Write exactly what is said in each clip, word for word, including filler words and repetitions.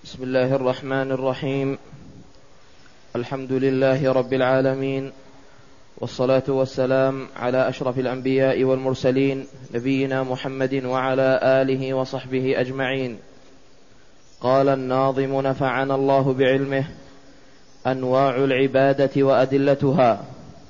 بسم الله الرحمن الرحيم. الحمد لله رب العالمين، والصلاة والسلام على أشرف الأنبياء والمرسلين نبينا محمد وعلى آله وصحبه أجمعين. قال الناظم نفعنا الله بعلمه: أنواع العبادة وأدلتها،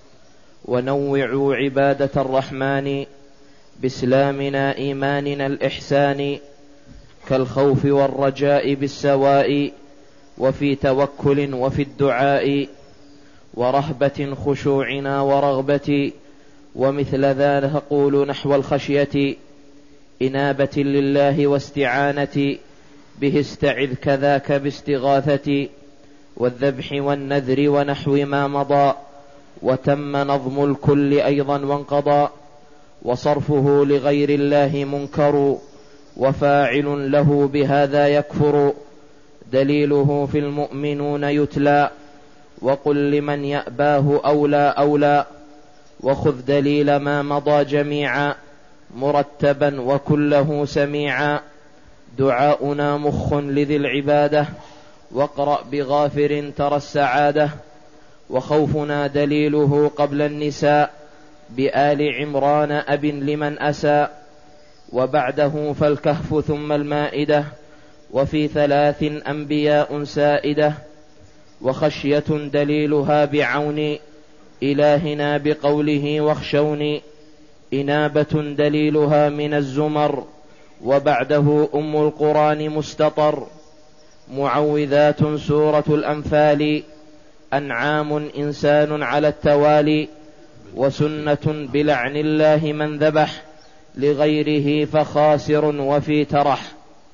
ونوعوا عبادة الرحمن بإسلامنا إيماننا الإحسان، كالخوف والرجاء بالسواء، وفي توكل وفي الدعاء، ورهبة خشوعنا ورغبة، ومثل ذا تقول نحو الخشية، إنابة لله واستعانة، به استعذ كذاك باستغاثة، والذبح والنذر ونحو ما مضى، وتم نظم الكل أيضا وانقضى، وصرفه لغير الله منكر، وفاعل له بهذا يكفر، دليله في المؤمنون يتلى، وقل لمن يأباه أولى أولى، وخذ دليل ما مضى جميعا مرتبا وكله سميعا، دعاؤنا مخ لذي العبادة، واقرأ بغافر ترى السعادة، وخوفنا دليله قبل النساء، بآل عمران أب لمن أسى، وبعده فالكهف ثم المائدة، وفي ثلاث أنبياء سائدة، وخشية دليلها بعون إلهنا بقوله واخشوني، إنابة دليلها من الزمر، وبعده أم القرآن مستطر، معوذات سورة الأنفال، أنعام إنسان على التوالي، وسنة بلعن الله من ذبح لغيره فخاسر وفي ترح.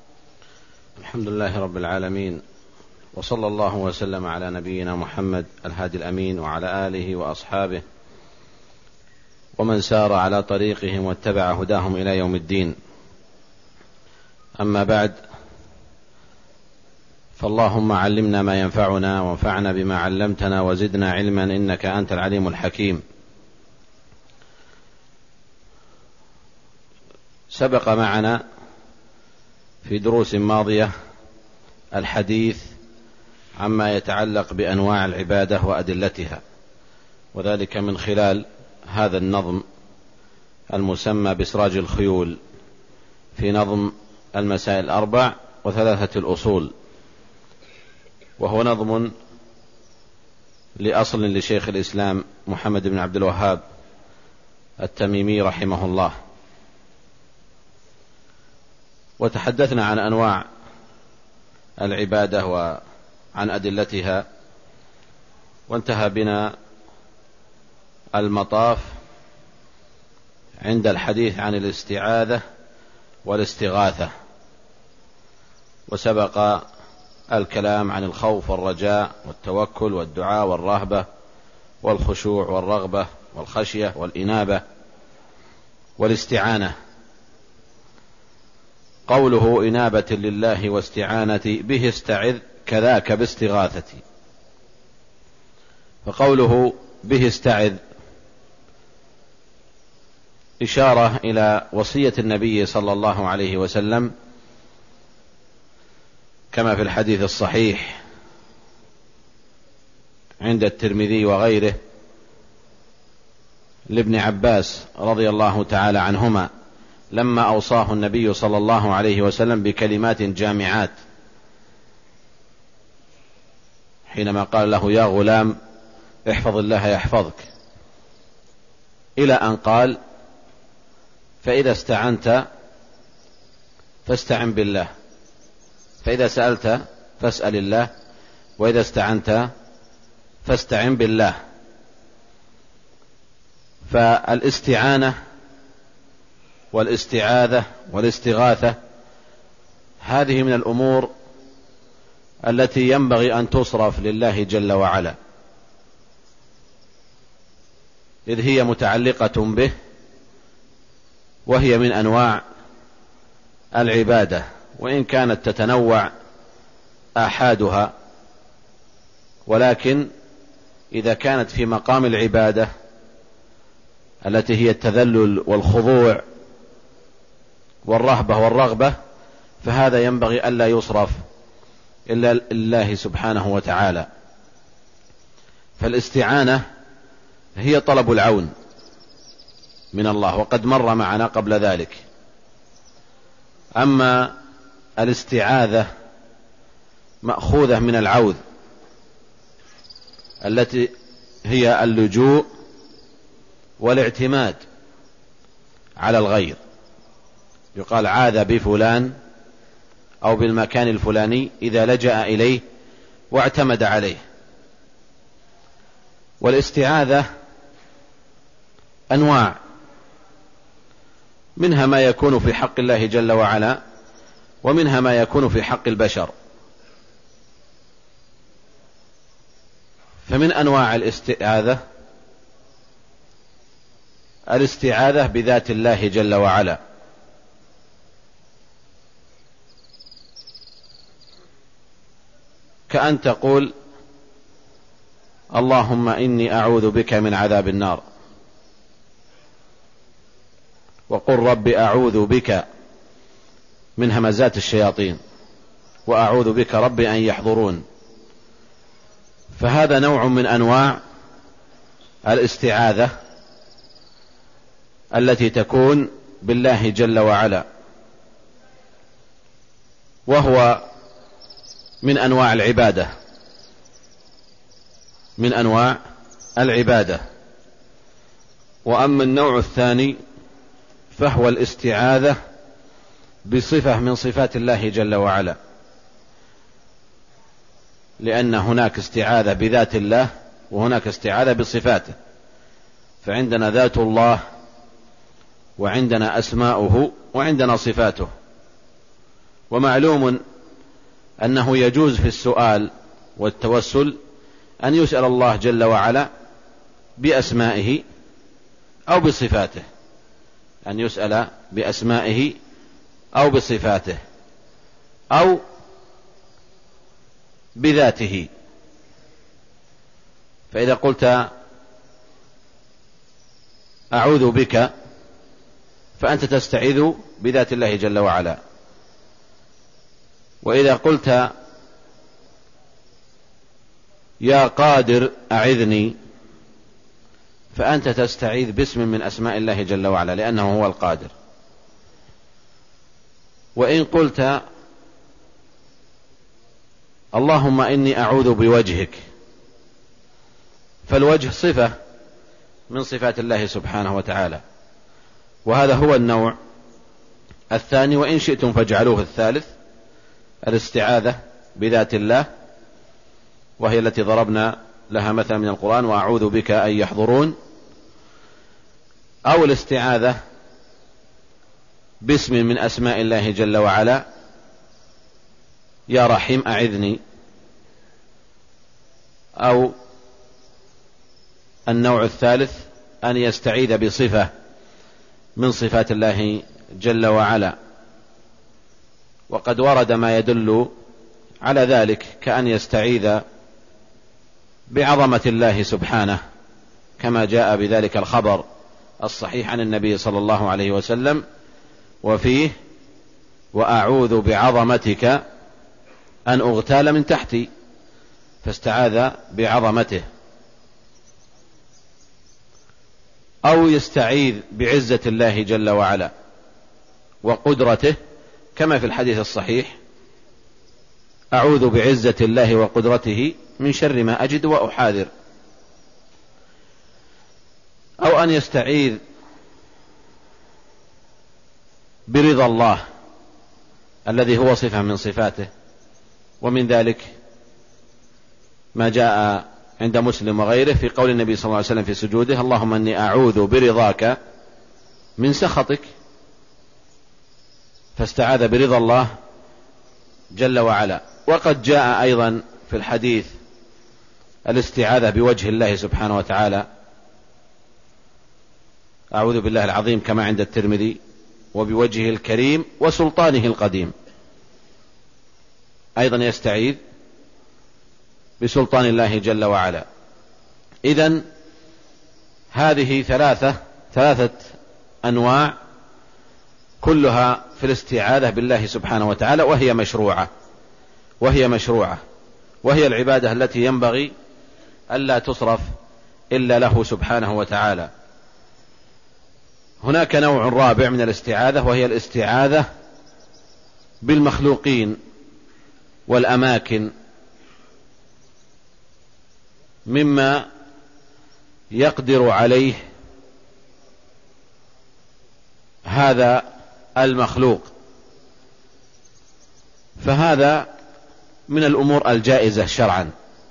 الحمد لله رب العالمين، وصلى الله وسلم على نبينا محمد الهادي الأمين وعلى آله وأصحابه ومن سار على طريقهم واتبع هداهم إلى يوم الدين. أما بعد، فاللهم علمنا ما ينفعنا وانفعنا بما علمتنا وزدنا علما إنك أنت العليم الحكيم. سبق معنا في دروس ماضية الحديث عما يتعلق بأنواع العبادة وأدلتها، وذلك من خلال هذا النظم المسمى بسراج الخيول في نظم المسائل الأربع وثلاثة الأصول، وهو نظم لأصل لشيخ الإسلام محمد بن عبد الوهاب التميمي رحمه الله. وتحدثنا عن أنواع العبادة وعن أدلتها، وانتهى بنا المطاف عند الحديث عن الاستعاذة والاستغاثة، وسبق الكلام عن الخوف والرجاء والتوكل والدعاء والرهبة والخشوع والرغبة والخشية والإنابة والاستعانة. قوله إنابة لله واستعانة، به استعذ كذاك باستغاثة. فقوله به استعذ إشارة إلى وصية النبي صلى الله عليه وسلم كما في الحديث الصحيح عند الترمذي وغيره لابن عباس رضي الله تعالى عنهما لما أوصاه النبي صلى الله عليه وسلم بكلمات جامعات، حينما قال له: يا غلام احفظ الله يحفظك، إلى أن قال: فإذا استعنت فاستعن بالله، فإذا سألت فاسأل الله، وإذا استعنت فاستعن بالله. فالاستعانة والاستعاذة والاستغاثة هذه من الأمور التي ينبغي أن تصرف لله جل وعلا، إذ هي متعلقة به، وهي من أنواع العبادة، وإن كانت تتنوع آحادها، ولكن إذا كانت في مقام العبادة التي هي التذلل والخضوع والرهبة والرغبة، فهذا ينبغي ألا يصرف إلا لله سبحانه وتعالى. فالاستعانة هي طلب العون من الله، وقد مر معنا قبل ذلك. أما الاستعاذة مأخوذة من العوذ التي هي اللجوء والاعتماد على الغير. يقال عاذ بفلان أو بالمكان الفلاني إذا لجأ إليه واعتمد عليه. والاستعاذة أنواع، منها ما يكون في حق الله جل وعلا، ومنها ما يكون في حق البشر. فمن أنواع الاستعاذة الاستعاذة بذات الله جل وعلا، كأن تقول اللهم إني أعوذ بك من عذاب النار، وقل رب أعوذ بك من همزات الشياطين، وأعوذ بك رب أن يحضرون. فهذا نوع من أنواع الاستعاذة التي تكون بالله جل وعلا، وهو من أنواع العبادة من أنواع العبادة. وأما النوع الثاني فهو الاستعاذة بصفة من صفات الله جل وعلا، لأن هناك استعاذة بذات الله وهناك استعاذة بصفاته. فعندنا ذات الله، وعندنا أسماؤه، وعندنا صفاته. ومعلوم أنه يجوز في السؤال والتوسل أن يسأل الله جل وعلا بأسمائه أو بصفاته، أن يسأل بأسمائه أو بصفاته أو بذاته. فإذا قلت أعوذ بك فأنت تستعيذ بذات الله جل وعلا. وإذا قلت يا قادر أعذني فأنت تستعيذ باسم من أسماء الله جل وعلا، لأنه هو القادر. وإن قلت اللهم إني أعوذ بوجهك، فالوجه صفة من صفات الله سبحانه وتعالى، وهذا هو النوع الثاني. وإن شئتم فاجعلوه الثالث، الاستعاذة بذات الله، وهي التي ضربنا لها مثلا من القرآن وأعوذ بك أن يحضرون، أو الاستعاذة باسم من أسماء الله جل وعلا، يا رحيم أعذني. أو النوع الثالث أن يستعيذ بصفة من صفات الله جل وعلا، وقد ورد ما يدل على ذلك، كأن يستعيذ بعظمة الله سبحانه، كما جاء بذلك الخبر الصحيح عن النبي صلى الله عليه وسلم، وفيه وأعوذ بعظمتك أن أغتال من تحتي، فاستعاذ بعظمته. أو يستعيذ بعزة الله جل وعلا وقدرته، كما في الحديث الصحيح أعوذ بعزة الله وقدرته من شر ما أجد وأحاذر. أو أن يستعيذ برضا الله الذي هو صفة من صفاته، ومن ذلك ما جاء عند مسلم وغيره في قول النبي صلى الله عليه وسلم في سجوده اللهم أني أعوذ برضاك من سخطك، فاستعاذ برضا الله جل وعلا. وقد جاء أيضا في الحديث الاستعاذة بوجه الله سبحانه وتعالى، أعوذ بالله العظيم كما عند الترمذي، وبوجهه الكريم وسلطانه القديم. أيضا يستعيذ بسلطان الله جل وعلا. إذن هذه ثلاثة ثلاثة أنواع كلها في الاستعاذة بالله سبحانه وتعالى، وهي مشروعة. وهي مشروعة، وهي العبادة التي ينبغي ألا تصرف إلا له سبحانه وتعالى. هناك نوع رابع من الاستعاذة، وهي الاستعاذة بالمخلوقين والأماكن مما يقدر عليه هذا المخلوق، فهذا من الأمور الجائزة شرعا،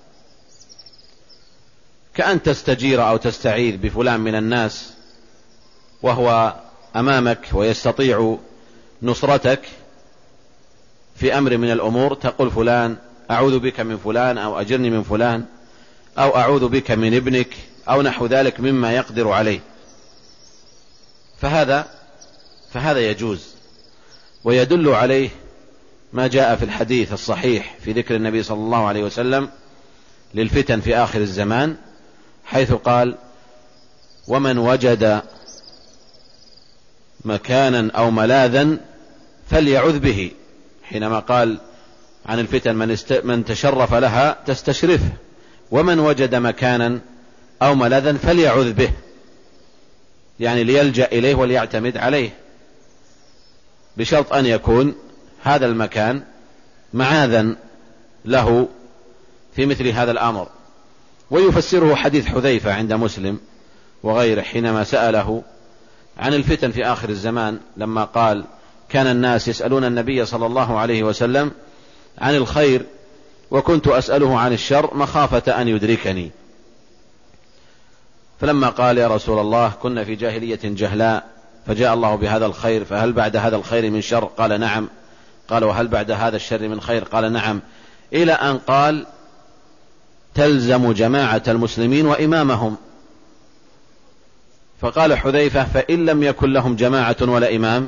كأن تستجير أو تستعيذ بفلان من الناس وهو أمامك ويستطيع نصرتك في أمر من الأمور، تقول فلان أعوذ بك من فلان، أو أجرني من فلان، أو أعوذ بك من ابنك، أو نحو ذلك مما يقدر عليه، فهذا فهذا يجوز. ويدل عليه ما جاء في الحديث الصحيح في ذكر النبي صلى الله عليه وسلم للفتن في آخر الزمان، حيث قال: ومن وجد مكانا أو ملاذا فليعذ به، حينما قال عن الفتن من, است... من تشرف لها تستشرفه، ومن وجد مكانا أو ملاذا فليعذ به، يعني ليلجأ إليه وليعتمد عليه، بشرط أن يكون هذا المكان معاذا له في مثل هذا الأمر. ويفسره حديث حذيفة عند مسلم وغيره حينما سأله عن الفتن في آخر الزمان، لما قال: كان الناس يسألون النبي صلى الله عليه وسلم عن الخير وكنت أسأله عن الشر مخافة أن يدركني، فلما قال: يا رسول الله كنا في جاهلية جهلاء فجاء الله بهذا الخير، فهل بعد هذا الخير من شر؟ قال: نعم. قال: وهل بعد هذا الشر من خير؟ قال: نعم. إلى أن قال: تلزم جماعة المسلمين وإمامهم. فقال حذيفة: فإن لم يكن لهم جماعة ولا إمام؟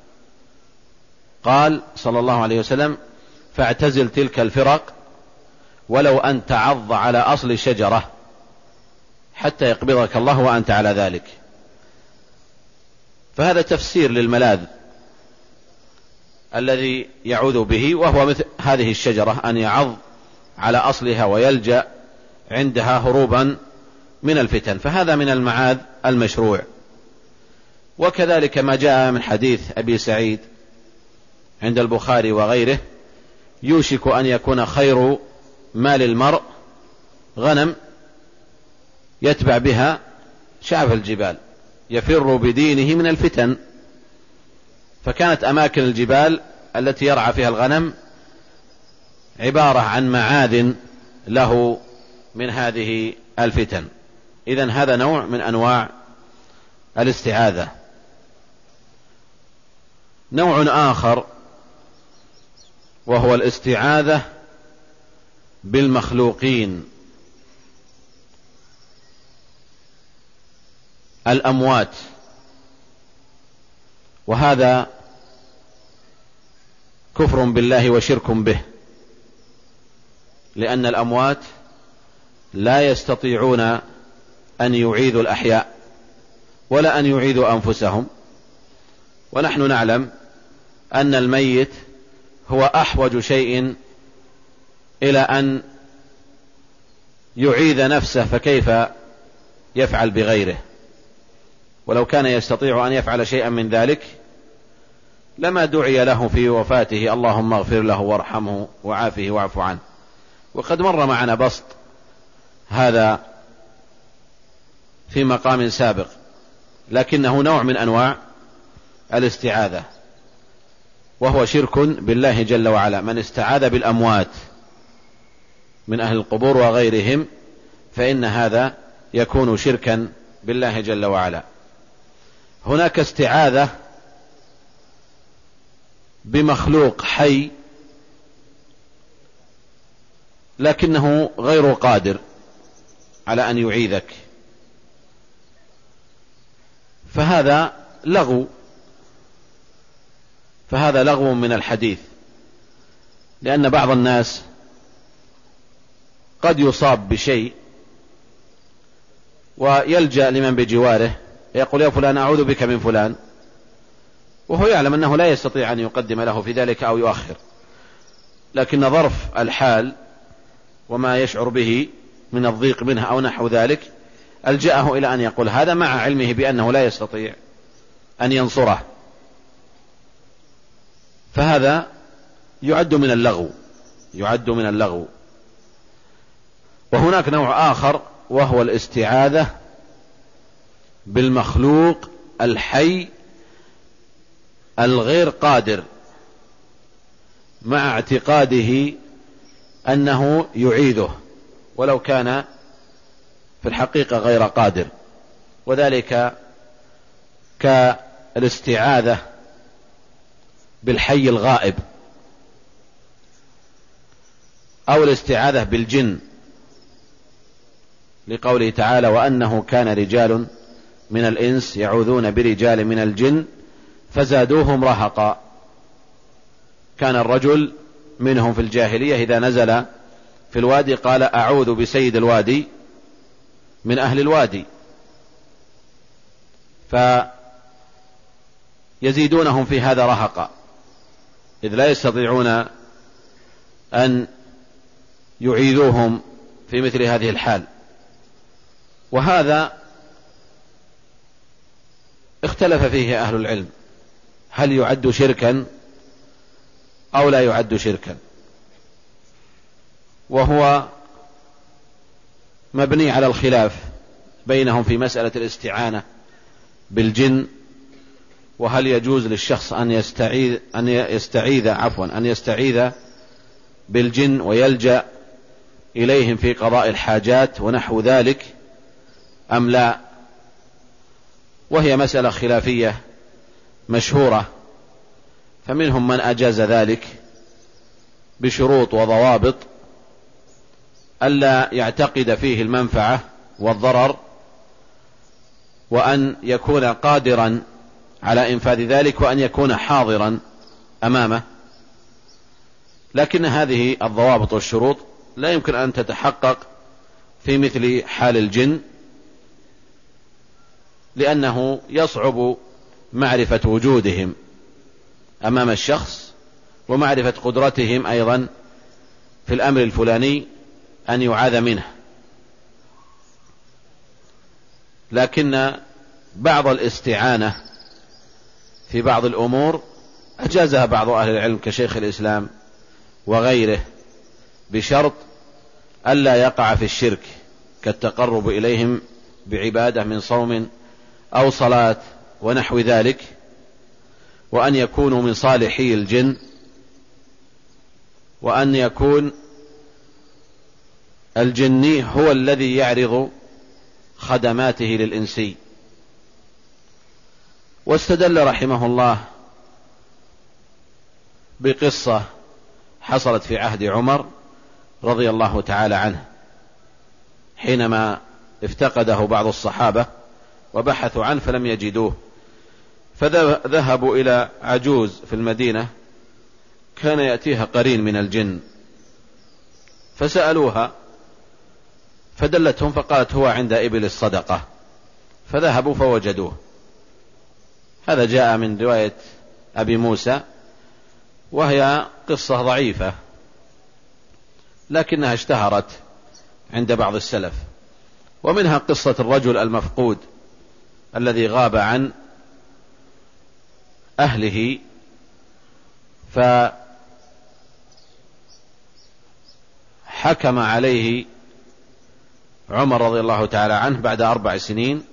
قال صلى الله عليه وسلم: فاعتزل تلك الفرق ولو أن تعض على أصل شجرة حتى يقبضك الله وأنت على ذلك. فهذا تفسير للملاذ الذي يعوذ به، وهو مثل هذه الشجرة، أن يعض على أصلها ويلجأ عندها هروبا من الفتن، فهذا من المعاذ المشروع. وكذلك ما جاء من حديث أبي سعيد عند البخاري وغيره: يوشك أن يكون خير مال المرء غنم يتبع بها شعب الجبال يفر بدينه من الفتن. فكانت أماكن الجبال التي يرعى فيها الغنم عبارة عن معاذ له من هذه الفتن. إذن هذا نوع من أنواع الاستعاذة. نوع آخر وهو الاستعاذة بالمخلوقين، الأموات، وهذا كفر بالله وشرك به، لأن الأموات لا يستطيعون أن يعيذوا الأحياء ولا أن يعيذوا أنفسهم، ونحن نعلم أن الميت هو أحوج شيء إلى أن يعيذ نفسه، فكيف يفعل بغيره؟ ولو كان يستطيع أن يفعل شيئا من ذلك لما دعي له في وفاته: اللهم اغفر له وارحمه وعافه واعف عنه. وقد مر معنا بسط هذا في مقام سابق، لكنه نوع من أنواع الاستعاذة، وهو شرك بالله جل وعلا. من استعاذ بالأموات من أهل القبور وغيرهم فإن هذا يكون شركا بالله جل وعلا. هناك استعاذة بمخلوق حي لكنه غير قادر على أن يعيذك، فهذا لغو فهذا لغو من الحديث، لأن بعض الناس قد يصاب بشيء ويلجأ لمن بجواره يقول: يا فلان أعوذ بك من فلان، وهو يعلم أنه لا يستطيع أن يقدم له في ذلك أو يؤخر، لكن ظرف الحال وما يشعر به من الضيق منها أو نحو ذلك ألجأه إلى أن يقول هذا، مع علمه بأنه لا يستطيع أن ينصره، فهذا يعد من اللغو يعد من اللغو. وهناك نوع آخر وهو الاستعاذة بالمخلوق الحي الغير قادر، مع اعتقاده أنه يعيذه ولو كان في الحقيقة غير قادر، وذلك كالاستعاذة بالحي الغائب، أو الاستعاذة بالجن، لقوله تعالى وأنه كان رجال من الإنس يعوذون برجال من الجن فزادوهم رهقا. كان الرجل منهم في الجاهلية إذا نزل في الوادي قال أعوذ بسيد الوادي من أهل الوادي، فيزيدونهم في هذا رهقا، إذ لا يستطيعون أن يعيذوهم في مثل هذه الحال. وهذا اختلف فيه أهل العلم، هل يعد شركا أو لا يعد شركا، وهو مبني على الخلاف بينهم في مسألة الاستعانة بالجن، وهل يجوز للشخص أن يستعيذ أن يستعيذ عفوا أن يستعيذ بالجن ويلجأ إليهم في قضاء الحاجات ونحو ذلك أم لا. وهي مسألة خلافية مشهورة، فمنهم من أجاز ذلك بشروط وضوابط ألا يعتقد فيه المنفعة والضرر، وأن يكون قادرا على إنفاذ ذلك، وأن يكون حاضرا أمامه. لكن هذه الضوابط والشروط لا يمكن أن تتحقق في مثل حال الجن، لأنه يصعب معرفة وجودهم أمام الشخص، ومعرفة قدرتهم أيضا في الأمر الفلاني أن يعاذ منه. لكن بعض الاستعانة في بعض الأمور أجازها بعض أهل العلم كشيخ الإسلام وغيره، بشرط ألا يقع في الشرك، كالتقرب إليهم بعبادة من صوم أو صلاة ونحو ذلك، وأن يكونوا من صالحي الجن، وأن يكون الجني هو الذي يعرض خدماته للإنسي. واستدل رحمه الله بقصة حصلت في عهد عمر رضي الله تعالى عنه، حينما افتقده بعض الصحابة وبحثوا عنه فلم يجدوه، فذهبوا إلى عجوز في المدينة كان يأتيها قرين من الجن، فسألوها فدلتهم فقالت هو عند إبل الصدقة، فذهبوا فوجدوه. هذا جاء من رواية أبي موسى، وهي قصة ضعيفة لكنها اشتهرت عند بعض السلف. ومنها قصة الرجل المفقود الذي غاب عن أهله، فحكم عليه عمر رضي الله تعالى عنه بعد أربع سنين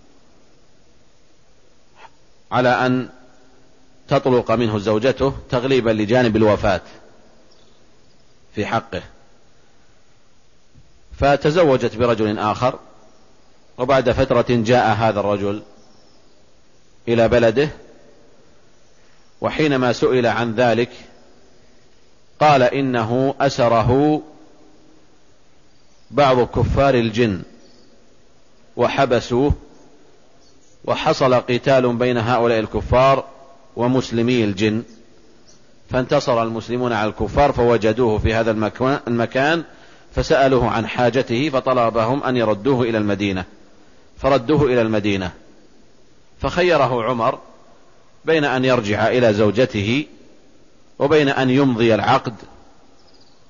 على أن تطلق منه زوجته تغليبا لجانب الوفاة في حقه، فتزوجت برجل آخر. وبعد فترة جاء هذا الرجل إلى بلده، وحينما سئل عن ذلك قال إنه أسره بعض كفار الجن وحبسوه، وحصل قتال بين هؤلاء الكفار ومسلمي الجن، فانتصر المسلمون على الكفار فوجدوه في هذا المكان، فسألوه عن حاجته فطلبهم أن يردوه إلى المدينة، فردوه إلى المدينة. فخيره عمر بين أن يرجع إلى زوجته وبين أن يمضي العقد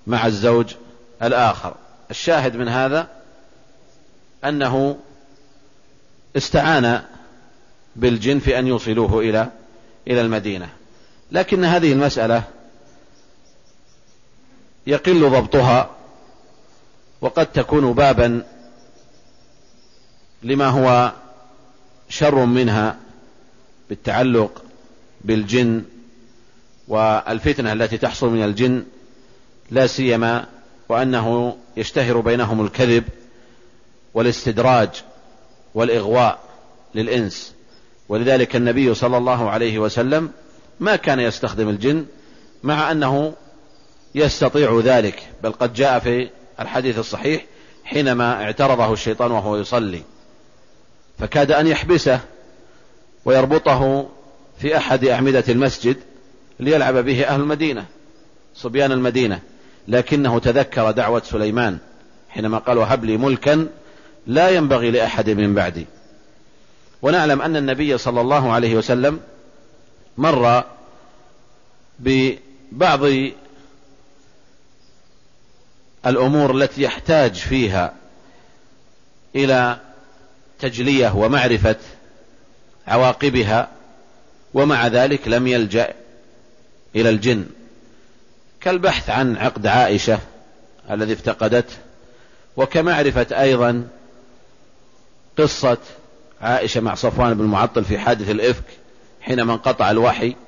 مع الزوج الآخر. الشاهد من هذا أنه استعان بالجن في أن يوصلوه إلى إلى المدينة، لكن هذه المسألة يقل ضبطها، وقد تكون بابا لما هو شر منها بالتعلق بالجن والفتنة التي تحصل من الجن، لا سيما وأنه يشتهر بينهم الكذب والاستدراج والإغواء للإنس. ولذلك النبي صلى الله عليه وسلم ما كان يستخدم الجن، مع أنه يستطيع ذلك، بل قد جاء في الحديث الصحيح حينما اعترضه الشيطان وهو يصلي فكاد أن يحبسه ويربطه في أحد أعمدة المسجد ليلعب به أهل المدينة صبيان المدينة، لكنه تذكر دعوة سليمان حينما قال وهب لي ملكا لا ينبغي لأحد من بعدي. ونعلم أن النبي صلى الله عليه وسلم مر ببعض الأمور التي يحتاج فيها إلى تجلية ومعرفة عواقبها، ومع ذلك لم يلجأ إلى الجن، كالبحث عن عقد عائشة الذي افتقدته، وكمعرفة أيضا قصة عائشة مع صفوان بن المعطل في حادث الإفك حينما انقطع الوحي،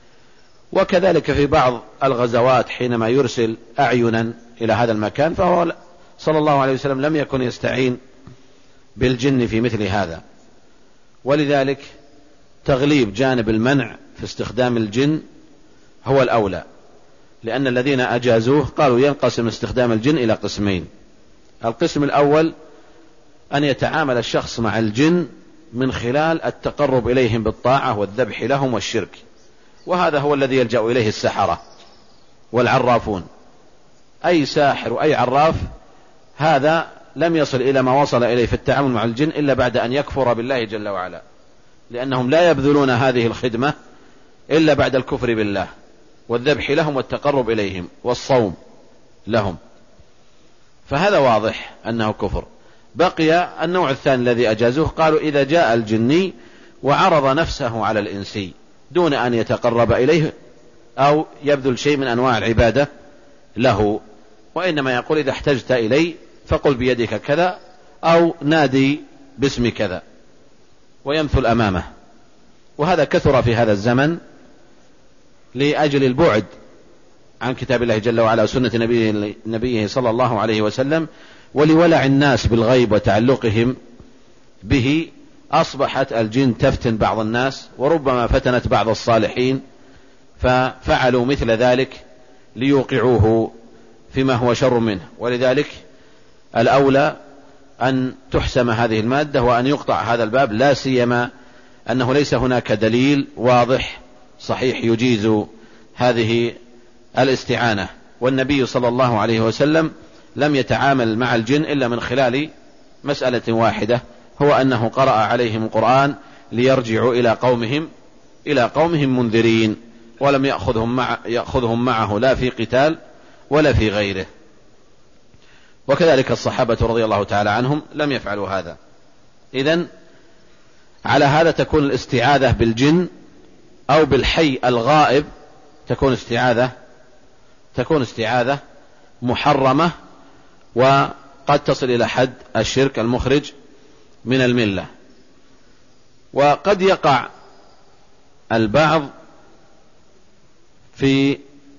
وكذلك في بعض الغزوات حينما يرسل أعينا إلى هذا المكان، فهو صلى الله عليه وسلم لم يكن يستعين بالجن في مثل هذا. ولذلك تغليب جانب المنع في استخدام الجن هو الأولى، لأن الذين أجازوه قالوا ينقسم استخدام الجن إلى قسمين. القسم الأول أن يتعامل الشخص مع الجن من خلال التقرب إليهم بالطاعة والذبح لهم والشرك، وهذا هو الذي يلجأ إليه السحرة والعرافون. أي ساحر وأي عراف هذا لم يصل إلى ما وصل إليه في التعامل مع الجن إلا بعد أن يكفر بالله جل وعلا، لأنهم لا يبذلون هذه الخدمة إلا بعد الكفر بالله والذبح لهم والتقرب إليهم والصوم لهم، فهذا واضح أنه كفر. بقي النوع الثاني الذي أجازوه، قالوا إذا جاء الجني وعرض نفسه على الإنسي دون أن يتقرب إليه أو يبذل شيء من أنواع العبادة له، وإنما يقول إذا احتجت إلي فقل بيدك كذا أو نادي باسم كذا ويمثل أمامه. وهذا كثر في هذا الزمن لأجل البعد عن كتاب الله جل وعلا وسنة نبيه, نبيه صلى الله عليه وسلم، ولولع الناس بالغيب وتعلقهم به أصبحت الجن تفتن بعض الناس، وربما فتنت بعض الصالحين ففعلوا مثل ذلك ليوقعوه فيما هو شر منه. ولذلك الأولى أن تحسم هذه المادة وأن يقطع هذا الباب، لا سيما أنه ليس هناك دليل واضح صحيح يجيز هذه الاستعانة. والنبي صلى الله عليه وسلم لم يتعامل مع الجن إلا من خلال مسألة واحدة، هو أنه قرأ عليهم القرآن ليرجعوا إلى قومهم إلى قومهم منذرين، ولم يأخذهم, مع يأخذهم معه لا في قتال ولا في غيره. وكذلك الصحابة رضي الله تعالى عنهم لم يفعلوا هذا. إذن على هذا تكون الاستعاذة بالجن أو بالحي الغائب تكون استعاذة تكون استعاذة محرمة، وقد تصل إلى حد الشرك المخرج من الملة. وقد يقع البعض في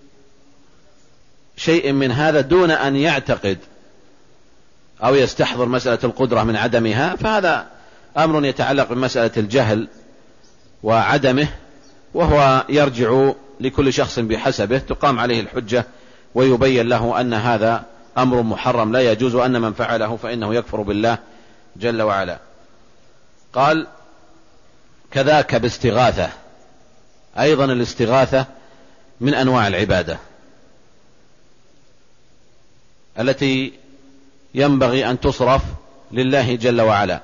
شيء من هذا دون أن يعتقد أو يستحضر مسألة القدرة من عدمها، فهذا أمر يتعلق بمسألة الجهل وعدمه، وهو يرجع لكل شخص بحسبه، تقام عليه الحجة ويبين له أن هذا أمر محرم لا يجوز، أن من فعله فإنه يكفر بالله جل وعلا. قال كذاك باستغاثة، أيضا الاستغاثة من أنواع العبادة التي ينبغي أن تصرف لله جل وعلا.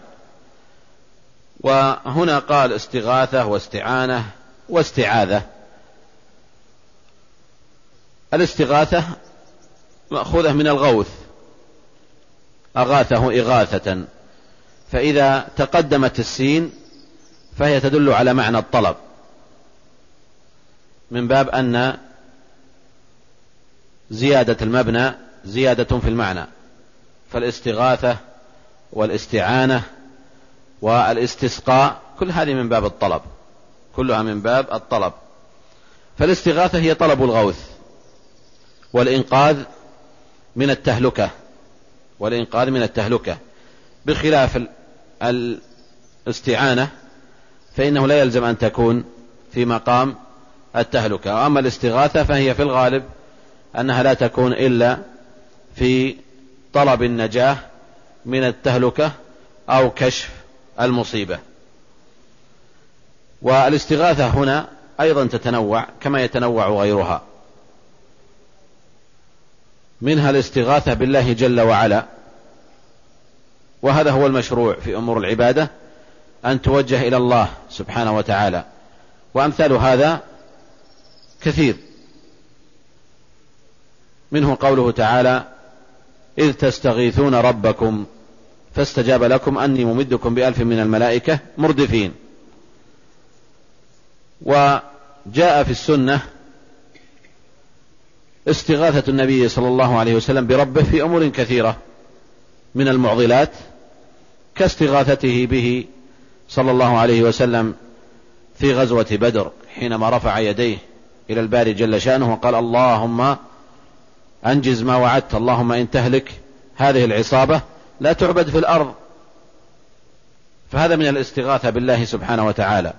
وهنا قال استغاثة واستعانة واستعاذة. الاستغاثة مأخوذة من الغوث، أغاثه إغاثة، فإذا تقدمت السين فهي تدل على معنى الطلب، من باب أن زيادة المبنى زيادة في المعنى، فالاستغاثة والاستعانة والاستسقاء كل هذه من باب الطلب، كلها من باب الطلب. فالاستغاثة هي طلب الغوث والإنقاذ من التهلكة، والإنقاذ من التهلكة، بخلاف الاستعانة فإنه لا يلزم أن تكون في مقام التهلكة. أما الاستغاثة فهي في الغالب أنها لا تكون إلا في طلب النجاة من التهلكة أو كشف المصيبة. والاستغاثة هنا أيضا تتنوع كما يتنوع غيرها، منها الاستغاثة بالله جل وعلا، وهذا هو المشروع في أمور العبادة، أن توجه إلى الله سبحانه وتعالى، وأمثال هذا كثير، منه قوله تعالى: إذ تستغيثون ربكم فاستجاب لكم أني ممدكم بألف من الملائكة مردفين. وجاء في السنة استغاثة النبي صلى الله عليه وسلم بربه في أمور كثيرة من المعضلات، كاستغاثته به صلى الله عليه وسلم في غزوة بدر حينما رفع يديه إلى الباري جل شأنه وقال: اللهم أنجز ما وعدت، اللهم إن تهلك هذه العصابة لا تعبد في الأرض. فهذا من الاستغاثة بالله سبحانه وتعالى.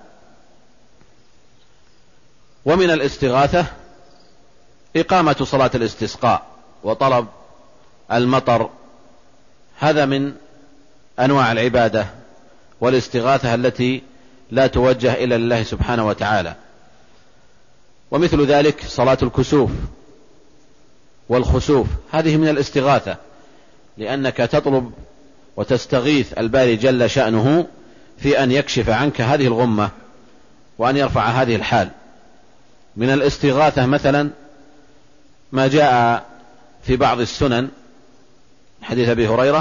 ومن الاستغاثة إقامة صلاة الاستسقاء وطلب المطر، هذا من أنواع العبادة والاستغاثة التي لا توجه إلى الله سبحانه وتعالى. ومثل ذلك صلاة الكسوف والخسوف، هذه من الاستغاثة، لأنك تطلب وتستغيث الباري جل شأنه في أن يكشف عنك هذه الغمة وأن يرفع هذه الحال. من الاستغاثة مثلا ما جاء في بعض السنن، حديث أبي هريرة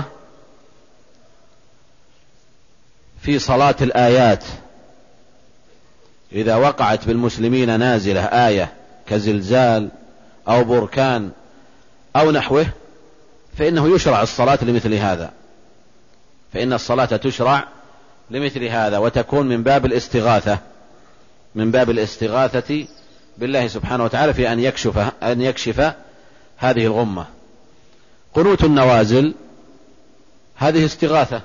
في صلاة الآيات، إذا وقعت بالمسلمين نازلة آية كزلزال أو بركان أو نحوه فإنه يشرع الصلاة لمثل هذا، فإن الصلاة تشرع لمثل هذا، وتكون من باب الاستغاثة، من باب الاستغاثة بالله سبحانه وتعالى في أن يكشف, أن يكشف هذه الغمة. قنوت النوازل هذه استغاثة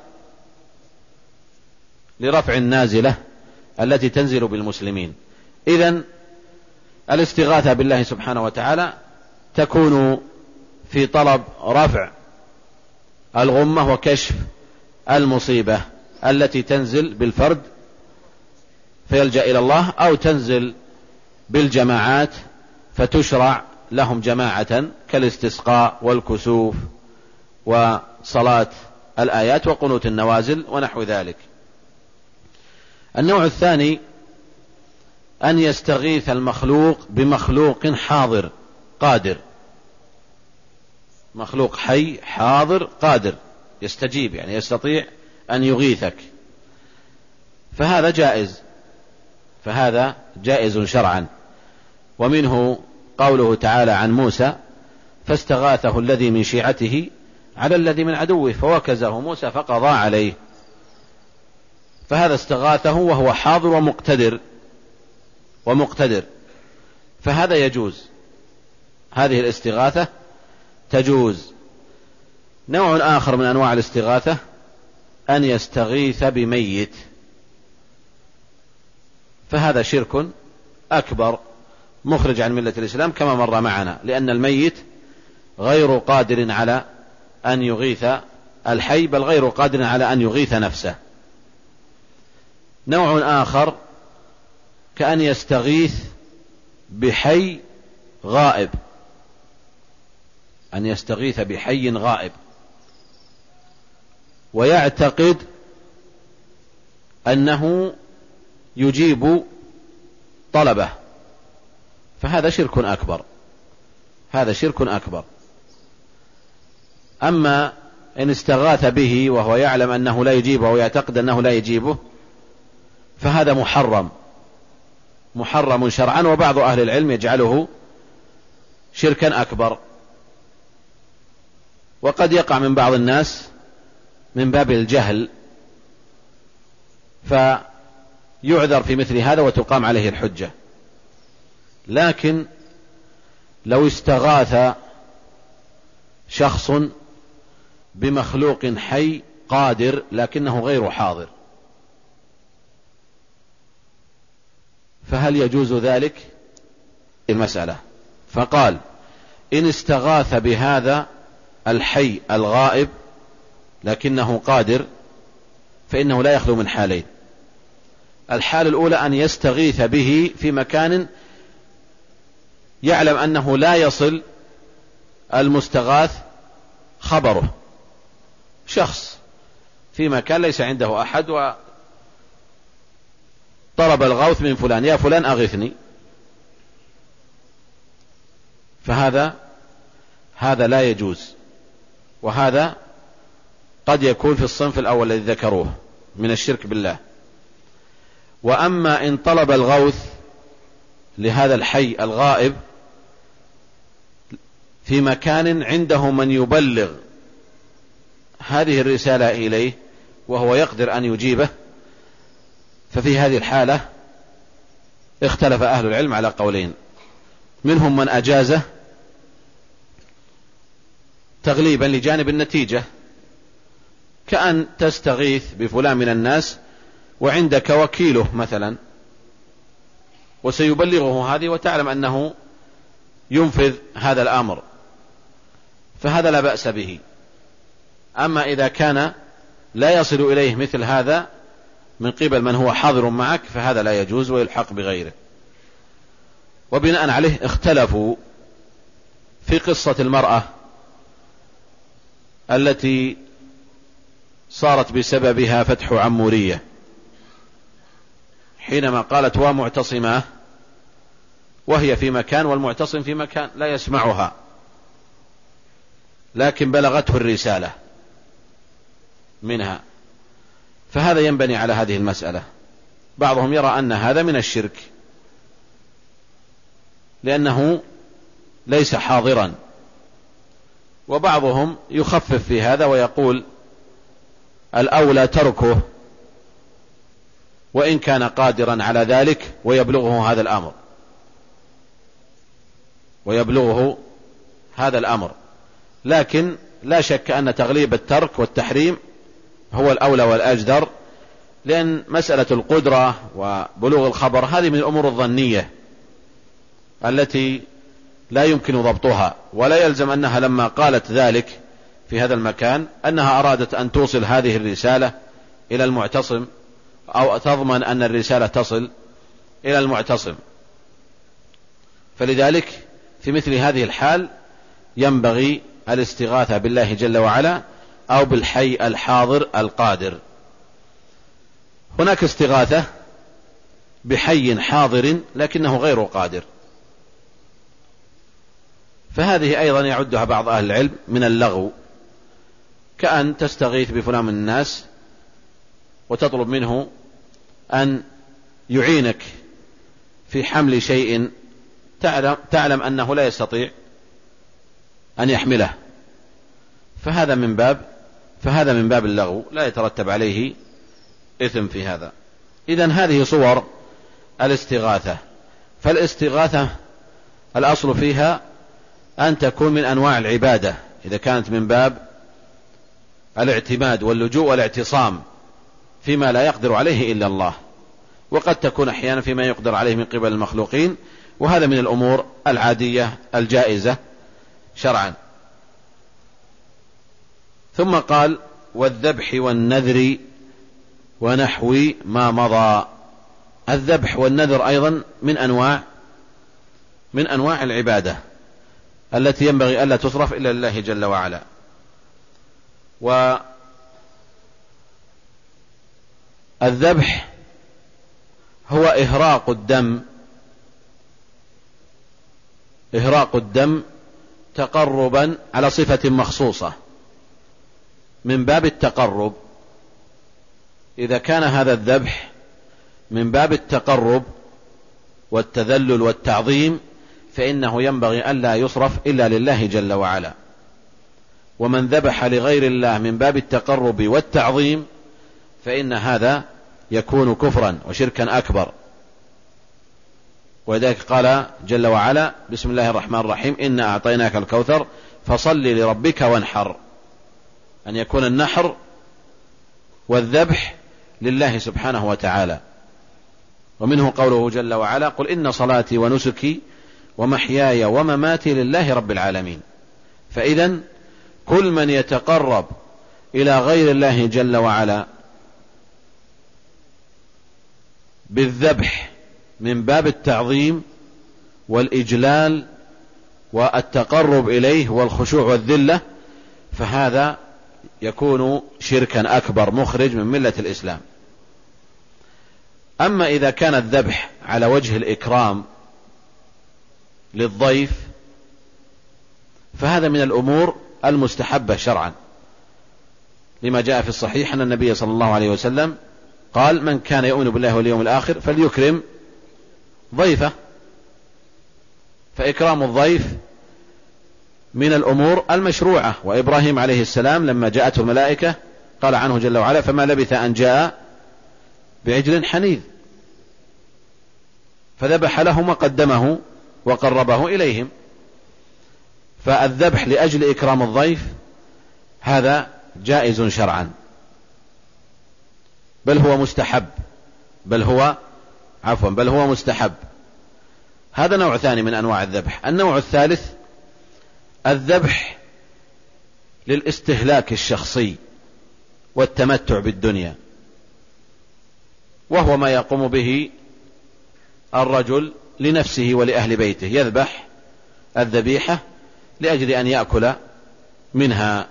لرفع النازلة التي تنزل بالمسلمين. إذن الاستغاثة بالله سبحانه وتعالى تكون في طلب رفع الغمة وكشف المصيبة التي تنزل بالفرد فيلجأ إلى الله، أو تنزل بالجماعات فتشرع لهم جماعة كالاستسقاء والكسوف وصلاة الآيات وقنوت النوازل ونحو ذلك. النوع الثاني أن يستغيث المخلوق بمخلوق حاضر قادر، مخلوق حي حاضر قادر يستجيب، يعني يستطيع أن يغيثك، فهذا جائز، فهذا جائز شرعا. ومنه قوله تعالى عن موسى: فاستغاثه الذي من شيعته على الذي من عدوه فوكزه موسى فقضى عليه، فهذا استغاثه وهو حاضر ومقتدر ومقتدر فهذا يجوز، هذه الاستغاثة تجوز. نوع آخر من أنواع الاستغاثة أن يستغيث بميت، فهذا شرك أكبر مخرج عن ملة الإسلام كما مر معنا، لأن الميت غير قادر على أن يغيث الحي، بل غير قادر على أن يغيث نفسه. نوع آخر كأن يستغيث بحي غائب، أن يستغيث بحي غائب ويعتقد أنه يجيب طلبه، فهذا شرك أكبر، هذا شرك أكبر. أما إن استغاث به وهو يعلم أنه لا يجيبه ويعتقد أنه لا يجيبه فهذا محرم محرم شرعا، وبعض أهل العلم يجعله شركا أكبر. وقد يقع من بعض الناس من باب الجهل فيعذر في مثل هذا وتقام عليه الحجة. لكن لو استغاث شخص بمخلوق حي قادر لكنه غير حاضر فهل يجوز ذلك؟ المسألة. فقال إن استغاث بهذا الحي الغائب لكنه قادر فإنه لا يخلو من حالين. الحالة الأولى أن يستغيث به في مكان يعلم أنه لا يصل المستغاث خبره، شخص في مكان ليس عنده أحد وطلب الغوث من فلان، يا فلان أغثني، فهذا هذا لا يجوز، وهذا قد يكون في الصنف الأول الذي ذكروه من الشرك بالله. وأما إن طلب الغوث لهذا الحي الغائب في مكان عنده من يبلغ هذه الرسالة إليه وهو يقدر أن يجيبه، ففي هذه الحالة اختلف أهل العلم على قولين، منهم من أجازه تغليبا لجانب النتيجة، كأن تستغيث بفلان من الناس وعندك وكيله مثلا وسيبلغه هذه وتعلم أنه ينفذ هذا الأمر، فهذا لا بأس به. أما إذا كان لا يصل إليه مثل هذا من قبل من هو حاضر معك فهذا لا يجوز ويلحق بغيره. وبناء عليه اختلفوا في قصة المرأة التي صارت بسببها فتح عمورية، حينما قالت ومعتصمة وهي في مكان والمعتصم في مكان لا يسمعها، لكن بلغته الرسالة منها، فهذا ينبني على هذه المسألة. بعضهم يرى أن هذا من الشرك لأنه ليس حاضرا، وبعضهم يخفف في هذا ويقول الأولى تركه وإن كان قادرا على ذلك ويبلغه هذا الأمر ويبلغه هذا الأمر لكن لا شك أن تغليب الترك والتحريم هو الأولى والأجدر، لأن مسألة القدرة وبلوغ الخبر هذه من الأمور الظنية التي لا يمكن ضبطها، ولا يلزم أنها لما قالت ذلك في هذا المكان أنها أرادت أن توصل هذه الرسالة إلى المعتصم أو تضمن أن الرسالة تصل إلى المعتصم. فلذلك في مثل هذه الحال ينبغي الاستغاثة بالله جل وعلا أو بالحي الحاضر القادر. هناك استغاثة بحي حاضر لكنه غير قادر، فهذه أيضا يعدها بعض أهل العلم من اللغو، كأن تستغيث بفلان من الناس وتطلب منه أن يعينك في حمل شيء تعلم, تعلم أنه لا يستطيع أن يحمله، فهذا من باب فهذا من باب اللغو لا يترتب عليه إثم في هذا. إذن هذه صور الاستغاثة. فالاستغاثة الأصل فيها أن تكون من أنواع العبادة إذا كانت من باب الاعتماد واللجوء والاعتصام فيما لا يقدر عليه إلا الله، وقد تكون أحيانا فيما يقدر عليه من قبل المخلوقين، وهذا من الأمور العادية الجائزة شرعا. ثم قال والذبح والنذر ونحو ما مضى. الذبح والنذر أيضا من أنواع من أنواع العبادة التي ينبغي ألا تصرف إلا لله جل وعلا. والذبح هو إهراق الدم إهراق الدم تقربا على صفة مخصوصة من باب التقرب، إذا كان هذا الذبح من باب التقرب والتذلل والتعظيم فإنه ينبغي ألا يصرف إلا لله جل وعلا. ومن ذبح لغير الله من باب التقرب والتعظيم فإن هذا يكون كفرا وشركا أكبر. ولذلك قال جل وعلا: بسم الله الرحمن الرحيم، إنا أعطيناك الكوثر فصل لربك وانحر، أن يكون النحر والذبح لله سبحانه وتعالى. ومنه قوله جل وعلا: قل إن صلاتي ونسكي ومحياي ومماتي لله رب العالمين. فإذا كل من يتقرب إلى غير الله جل وعلا بالذبح من باب التعظيم والإجلال والتقرب إليه والخشوع والذلة فهذا يكون شركا أكبر مخرج من ملة الإسلام. أما إذا كان الذبح على وجه الإكرام للضيف فهذا من الأمور المستحبة شرعا، لما جاء في الصحيح أن النبي صلى الله عليه وسلم قال: من كان يؤمن بالله واليوم الآخر فليكرم ضيفه. فإكرام الضيف من الأمور المشروعة. وإبراهيم عليه السلام لما جاءته الملائكة قال عنه جل وعلا: فما لبث أن جاء بعجل حنيذ، فذبح لهم وقدمه وقربه إليهم. فالذبح لأجل إكرام الضيف هذا جائز شرعا، بل هو مستحب بل هو عفوا بل هو مستحب. هذا نوع ثاني من أنواع الذبح. النوع الثالث الذبح للاستهلاك الشخصي والتمتع بالدنيا، وهو ما يقوم به الرجل لنفسه ولأهل بيته، يذبح الذبيحة لأجل أن يأكل منها،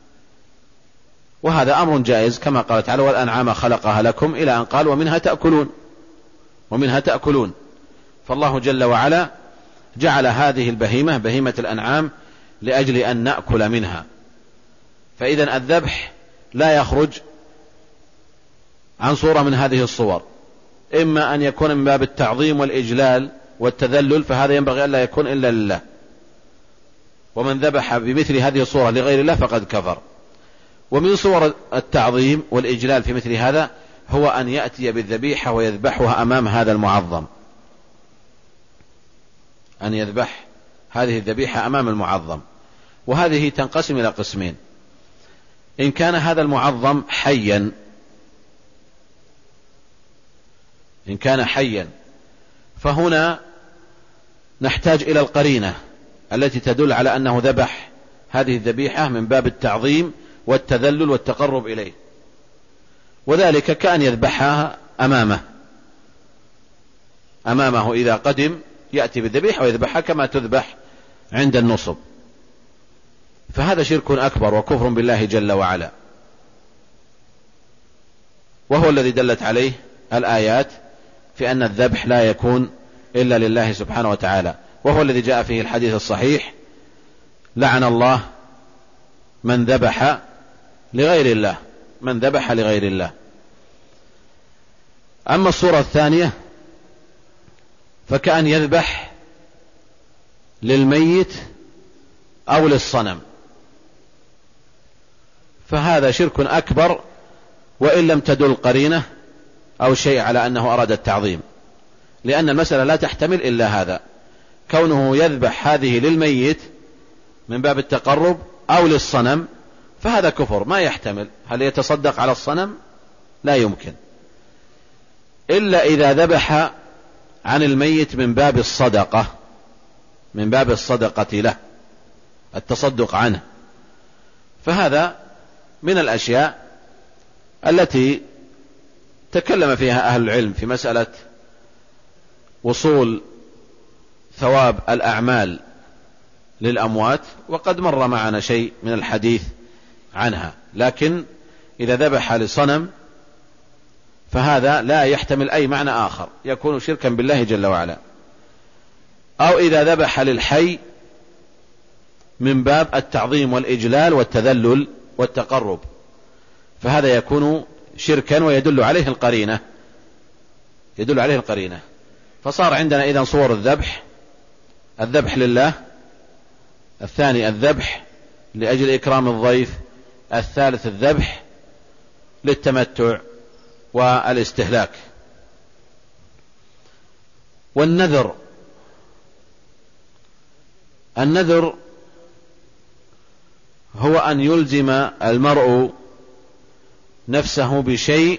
وهذا أمر جائز كما قال تعالى: والأنعام خلقها لكم، إلى أن قال: ومنها تأكلون ومنها تأكلون. فالله جل وعلا جعل هذه البهيمة بهيمة الأنعام لأجل أن نأكل منها. فإذا الذبح لا يخرج عن صورة من هذه الصور، إما أن يكون من باب التعظيم والإجلال والتذلل، فهذا ينبغي ألا يكون إلا لله، ومن ذبح بمثل هذه الصورة لغير الله فقد كفر. ومن صور التعظيم والإجلال في مثل هذا هو أن يأتي بالذبيحة ويذبحها أمام هذا المعظم، أن يذبح هذه الذبيحة أمام المعظم. وهذه تنقسم إلى قسمين: إن كان هذا المعظم حيا إن كان حيا فهنا نحتاج إلى القرينة التي تدل على أنه ذبح هذه الذبيحة من باب التعظيم والتذلل والتقرب إليه، وذلك كأن يذبحها أمامه أمامه إذا قدم يأتي بالذبيحة ويذبحها كما تذبح عند النصب. فهذا شرك أكبر وكفر بالله جل وعلا، وهو الذي دلت عليه الآيات في أن الذبح لا يكون إلا لله سبحانه وتعالى، وهو الذي جاء فيه الحديث الصحيح: لعن الله من ذبح لغير الله من ذبح لغير الله. أما الصورة الثانية فكأن يذبح للميت أو للصنم، فهذا شرك أكبر وإن لم تدل قرينة أو شيء على أنه أراد التعظيم، لأن المسألة لا تحتمل إلا هذا، كونه يذبح هذه للميت من باب التقرب أو للصنم فهذا كفر ما يحتمل. هل يتصدق على الصنم؟ لا يمكن، إلا إذا ذبح عن الميت من باب الصدقة من باب الصدقة له، التصدق عنه، فهذا من الأشياء التي تكلم فيها أهل العلم في مسألة وصول ثواب الأعمال للأموات، وقد مر معنا شيء من الحديث عنها. لكن إذا ذبح لصنم فهذا لا يحتمل أي معنى آخر، يكون شركا بالله جل وعلا. أو إذا ذبح للحي من باب التعظيم والإجلال والتذلل والتقرب، فهذا يكون شركا ويدل عليه القرينة يدل عليه القرينة فصار عندنا إذن صور الذبح: الذبح لله، الثاني الذبح لأجل إكرام الضيف، الثالث الذبح للتمتع والاستهلاك. والنذر، النذر هو أن يلزم المرء نفسه بشيء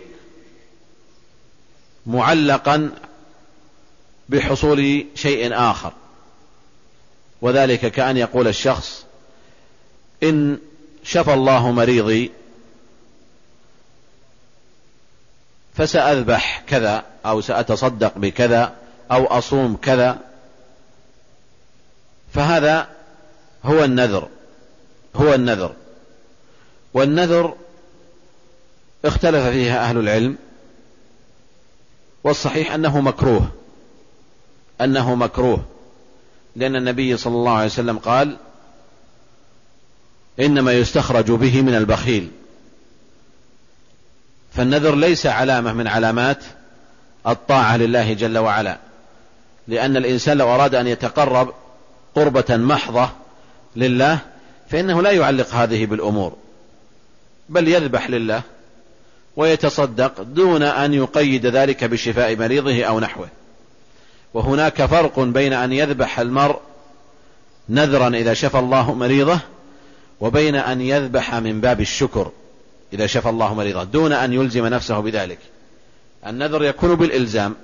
معلقا بحصول شيء آخر، وذلك كأن يقول الشخص: إن شفى الله مريضي فسأذبح كذا، أو سأتصدق بكذا، أو أصوم كذا. فهذا هو النذر هو النذر والنذر اختلف فيها أهل العلم، والصحيح أنه مكروه أنه مكروه لأن النبي صلى الله عليه وسلم قال: إنما يستخرج به من البخيل. فالنذر ليس علامة من علامات الطاعة لله جل وعلا، لأن الإنسان لو أراد أن يتقرب قربة محضة لله فإنه لا يعلق هذه بالأمور، بل يذبح لله ويتصدق دون أن يقيد ذلك بشفاء مريضه أو نحوه. وهناك فرق بين أن يذبح المرء نذرا إذا شفى الله مريضه، وبين أن يذبح من باب الشكر إذا شفى الله مريضه دون أن يلزم نفسه بذلك. النذر يكون بالإلزام: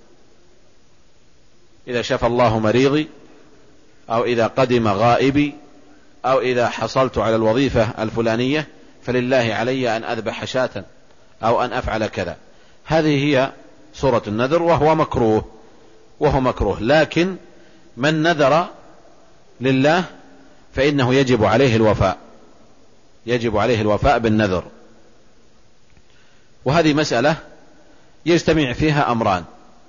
إذا شفى الله مريضي، أو إذا قدم غائبي، أو إذا حصلت على الوظيفة الفلانية فلله علي أن أذبح شاة، أو أن أفعل كذا. هذه هي صورة النذر، وهو مكروه وهو مكروه لكن من نذر لله فإنه يجب عليه الوفاء يجب عليه الوفاء بالنذر. وهذه مسألة يجتمع فيها أمران: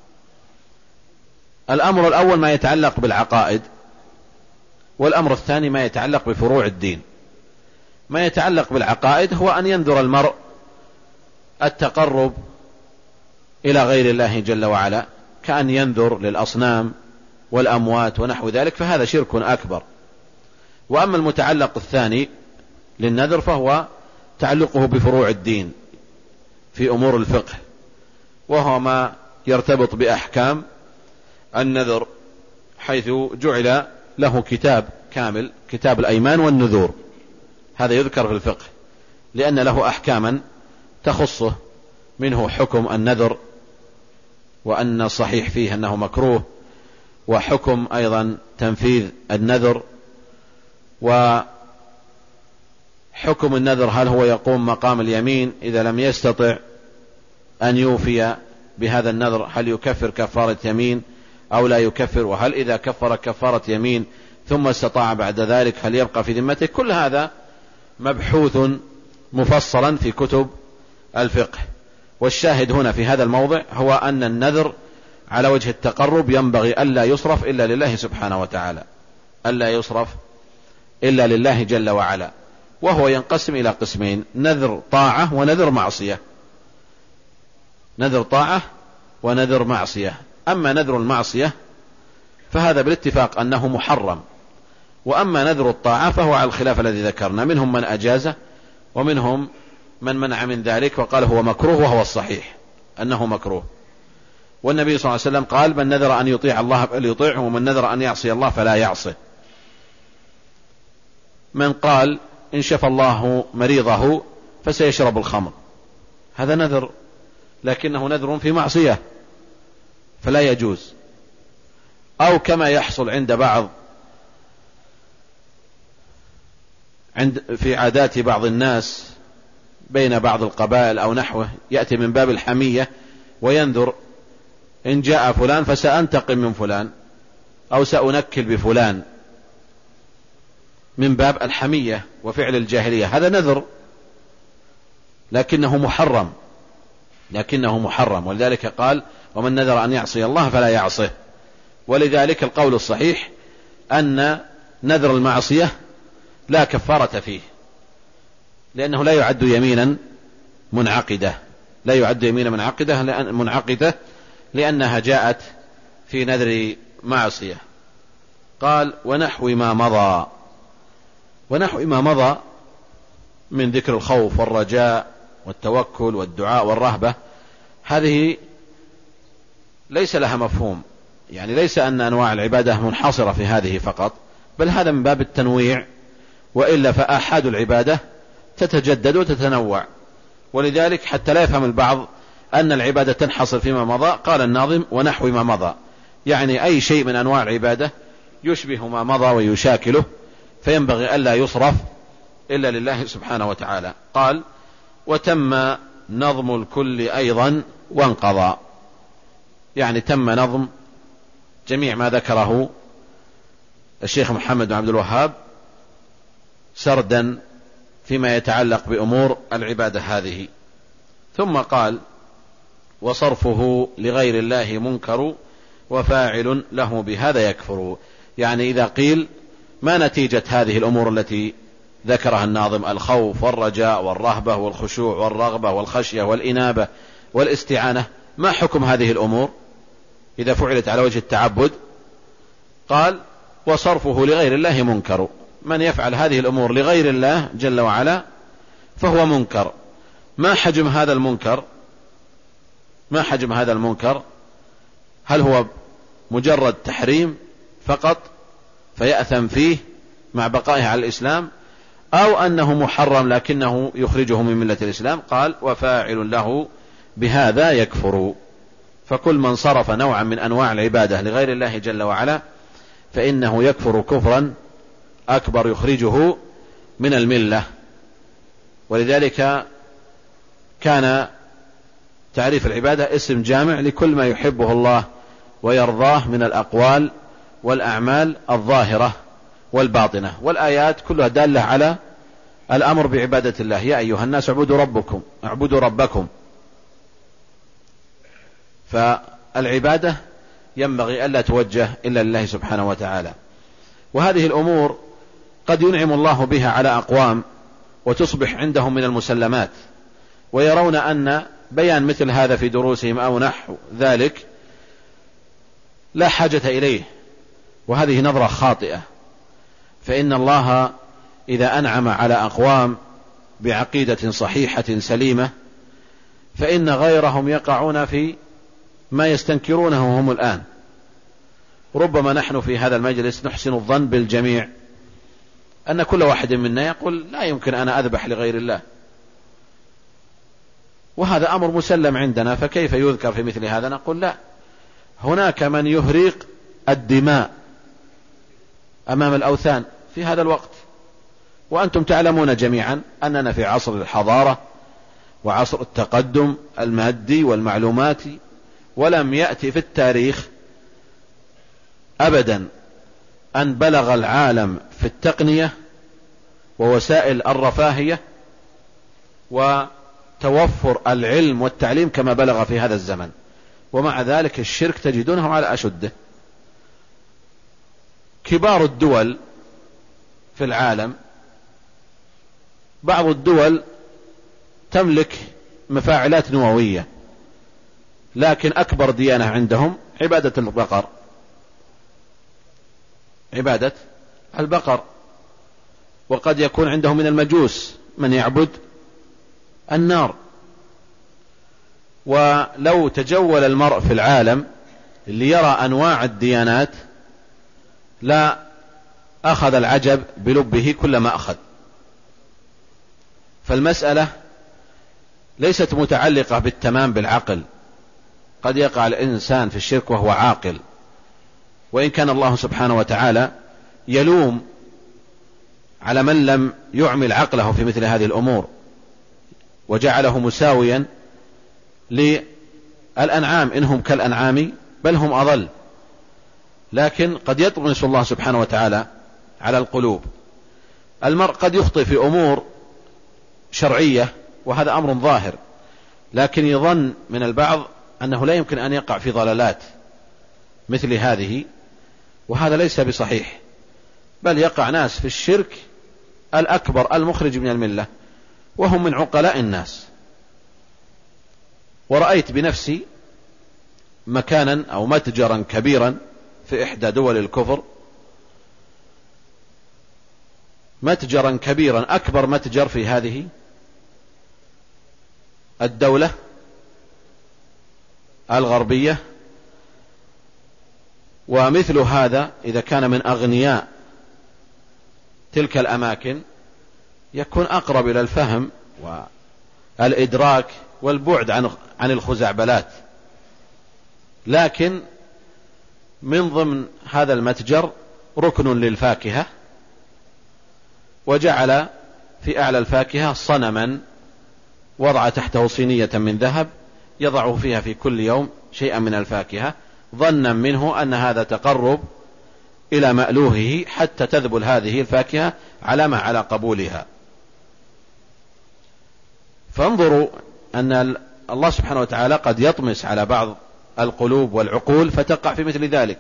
الأمر الأول ما يتعلق بالعقائد، والأمر الثاني ما يتعلق بفروع الدين. ما يتعلق بالعقائد هو أن ينذر المرء التقرب إلى غير الله جل وعلا، كأن ينذر للأصنام والأموات ونحو ذلك، فهذا شرك أكبر. وأما المتعلق الثاني للنذر فهو تعلقه بفروع الدين في أمور الفقه، وهو ما يرتبط بأحكام النذر، حيث جعل له كتاب كامل، كتاب الأيمان والنذور. هذا يذكر في الفقه لأن له أحكاما تخصه، منه حكم النذر وأن الصحيح فيه أنه مكروه، وحكم أيضا تنفيذ النذر، وحكم النذر هل هو يقوم مقام اليمين إذا لم يستطع أن يوفي بهذا النذر، هل يكفر كفارة يمين أو لا يكفر، وهل إذا كفر كفارة يمين ثم استطاع بعد ذلك هل يبقى في ذمته. كل هذا مبحوث مفصلا في كتب الفقه. والشاهد هنا في هذا الموضع هو أن النذر على وجه التقرب ينبغي ألا يصرف إلا لله سبحانه وتعالى ألا يصرف إلا لله جل وعلا، وهو ينقسم إلى قسمين: نذر طاعة ونذر معصية نذر طاعة ونذر معصية. أما نذر المعصية فهذا بالاتفاق أنه محرم، وأما نذر الطاعة فهو على الخلاف الذي ذكرنا، منهم من أجازه ومنهم من منع من ذلك وقال هو مكروه، وهو الصحيح أنه مكروه. والنبي صلى الله عليه وسلم قال: من نذر أن يطيع الله فليطيعه، ومن نذر أن يعصي الله فلا يعصه. من قال إن شفى الله مريضه فسيشرب الخمر، هذا نذر لكنه نذر في معصية فلا يجوز. أو كما يحصل عند بعض عند في عادات بعض الناس بين بعض القبائل أو نحوه، يأتي من باب الحمية وينذر: إن جاء فلان فسأنتقم من فلان، أو سأنكل بفلان، من باب الحمية وفعل الجاهلية. هذا نذر لكنه محرم لكنه محرم ولذلك قال: ومن نذر أن يعصي الله فلا يعصه. ولذلك القول الصحيح أن نذر المعصية لا كفارة فيه، لأنه لا يعد يمينا منعقدة، لا يعد يمين منعقدة لأن منعقدة لأنها جاءت في نذر معصية. قال ونحو ما مضى، ونحو ما مضى من ذكر الخوف والرجاء والتوكل والدعاء والرهبة، هذه ليس لها مفهوم، يعني ليس أن أنواع العبادة منحصرة في هذه فقط، بل هذا من باب التنويع، وإلا فآحاد العبادة تتجدد وتتنوع. ولذلك حتى لا يفهم البعض أن العبادة تنحصر فيما مضى، قال الناظم ونحو ما مضى، يعني أي شيء من أنواع العبادة يشبه ما مضى ويشاكله، فينبغي ألا يصرف إلا لله سبحانه وتعالى. قال وتم نظم الكل أيضا وانقضى، يعني تم نظم جميع ما ذكره الشيخ محمد بن عبد الوهاب سردا فيما يتعلق بأمور العبادة هذه. ثم قال وصرفه لغير الله منكر وفاعل له بهذا يكفر، يعني إذا قيل ما نتيجة هذه الأمور التي ذكرها الناظم، الخوف والرجاء والرهبة والخشوع والرغبة والخشية والإنابة والاستعانة، ما حكم هذه الأمور إذا فعلت على وجه التعبد؟ قال وصرفه لغير الله منكر، من يفعل هذه الأمور لغير الله جل وعلا فهو منكر. ما حجم هذا المنكر؟ ما حجم هذا المنكر؟ هل هو مجرد تحريم فقط فيأثم فيه مع بقائه على الإسلام، أو أنه محرم لكنه يخرجه من ملة الإسلام؟ قال وفاعل له بهذا يكفر. فكل من صرف نوعا من أنواع العبادة لغير الله جل وعلا فإنه يكفر كفرا أكبر يخرجه من الملة. ولذلك كان تعريف العبادة اسم جامع لكل ما يحبه الله ويرضاه من الأقوال والأعمال الظاهرة والباطنة، والآيات كلها دالة على الأمر بعبادة الله، يا أيها الناس اعبدوا ربكم اعبدوا ربكم. فالعبادة ينبغي ألا توجه إلا لله سبحانه وتعالى. وهذه الأمور قد ينعم الله بها على أقوام وتصبح عندهم من المسلمات، ويرون أن بيان مثل هذا في دروسهم أو نحو ذلك لا حاجة إليه، وهذه نظرة خاطئة. فإن الله إذا أنعم على أقوام بعقيدة صحيحة سليمة فإن غيرهم يقعون في ما يستنكرونه هم الآن. ربما نحن في هذا المجلس نحسن الظن بالجميع أن كل واحد منا يقول لا يمكن أنا أذبح لغير الله، وهذا أمر مسلم عندنا، فكيف يذكر في مثل هذا؟ نقول لا، هناك من يهريق الدماء أمام الأوثان في هذا الوقت، وأنتم تعلمون جميعا أننا في عصر الحضارة وعصر التقدم المادي والمعلوماتي، ولم يأتي في التاريخ أبدا أن بلغ العالم في التقنية ووسائل الرفاهية وتوفر العلم والتعليم كما بلغ في هذا الزمن، ومع ذلك الشرك تجدونه على أشده. كبار الدول في العالم، بعض الدول تملك مفاعلات نووية، لكن أكبر ديانة عندهم عبادة البقر، عبادة البقر. وقد يكون عندهم من المجوس من يعبد النار. ولو تجول المرء في العالم ليرى أنواع الديانات لا أخذ العجب بلبه كلما أخذ. فالمسألة ليست متعلقة بالتمام بالعقل، قد يقع الإنسان في الشرك وهو عاقل، وإن كان الله سبحانه وتعالى يلوم على من لم يعمل عقله في مثل هذه الأمور وجعله مساويا للأنعام، إنهم كالأنعام بل هم أضل. لكن قد يطمس الله سبحانه وتعالى على القلوب. المرء قد يخطئ في أمور شرعية وهذا أمر ظاهر، لكن يظن من البعض أنه لا يمكن أن يقع في ضلالات مثل هذه، وهذا ليس بصحيح، بل يقع ناس في الشرك الأكبر المخرج من الملة وهم من عقلاء الناس. ورأيت بنفسي مكانا أو متجرا كبيرا في إحدى دول الكفر، متجرا كبيرا أكبر متجر في هذه الدولة الغربية. ومثل هذا إذا كان من أغنياء تلك الأماكن يكون أقرب إلى الفهم والإدراك والبعد عن عن الخزعبلات. لكن من ضمن هذا المتجر ركن للفاكهة، وجعل في أعلى الفاكهة صنما وضع تحته صينية من ذهب يضع فيها في كل يوم شيئا من الفاكهة، ظنا منه أن هذا تقرب إلى مألوهه حتى تذبل هذه الفاكهة علامة على قبولها. فانظروا أن الله سبحانه وتعالى قد يطمس على بعض القلوب والعقول فتقع في مثل ذلك.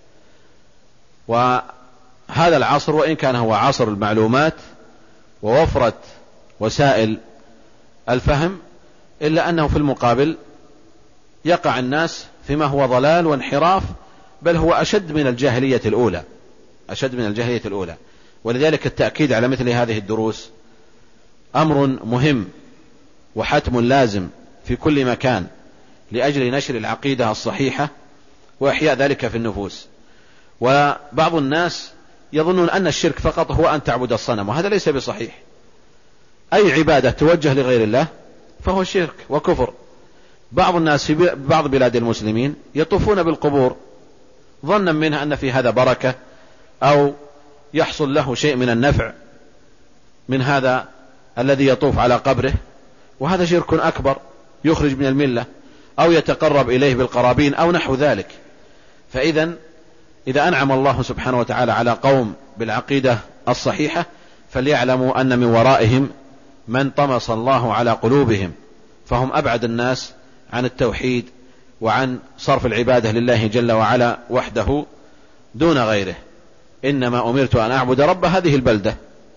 وهذا العصر وإن كان هو عصر المعلومات ووفرة وسائل الفهم، إلا أنه في المقابل يقع الناس فيما هو ضلال وانحراف، بل هو أشد من الجاهلية الأولى، أشد من الجاهلية الأولى. ولذلك التأكيد على مثل هذه الدروس أمر مهم وحتم لازم في كل مكان لأجل نشر العقيدة الصحيحة وإحياء ذلك في النفوس. وبعض الناس يظنون أن الشرك فقط هو أن تعبد الصنم، وهذا ليس بصحيح. أي عبادة توجه لغير الله فهو شرك وكفر. بعض الناس في بعض بلاد المسلمين يطوفون بالقبور ظنا منها أن في هذا بركة أو يحصل له شيء من النفع من هذا الذي يطوف على قبره، وهذا شرك أكبر يخرج من الملة، أو يتقرب إليه بالقرابين أو نحو ذلك. فإذا إذا أنعم الله سبحانه وتعالى على قوم بالعقيدة الصحيحة فليعلموا أن من ورائهم من طمس الله على قلوبهم، فهم أبعد الناس عن التوحيد وعن صرف العبادة لله جل وعلا وحده دون غيره. إنما أمرت أن أعبد رب هذه البلدة.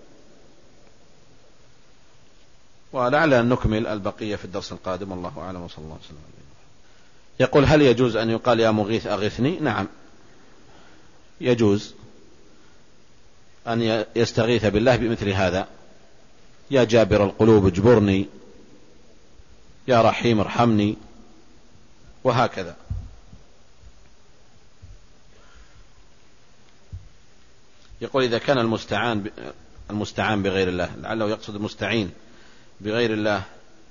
ولعل أن نكمل البقية في الدرس القادم، والله أعلم وصلى الله عليه وسلم. يقول: هل يجوز أن يقال يا مغيث أغثني؟ نعم، يجوز أن يستغيث بالله بمثل هذا: يا جابر القلوب اجبرني، يا رحيم ارحمني، وهكذا. يقول: إذا كان المستعان المستعان بغير الله، لعله يقصد المستعين بغير الله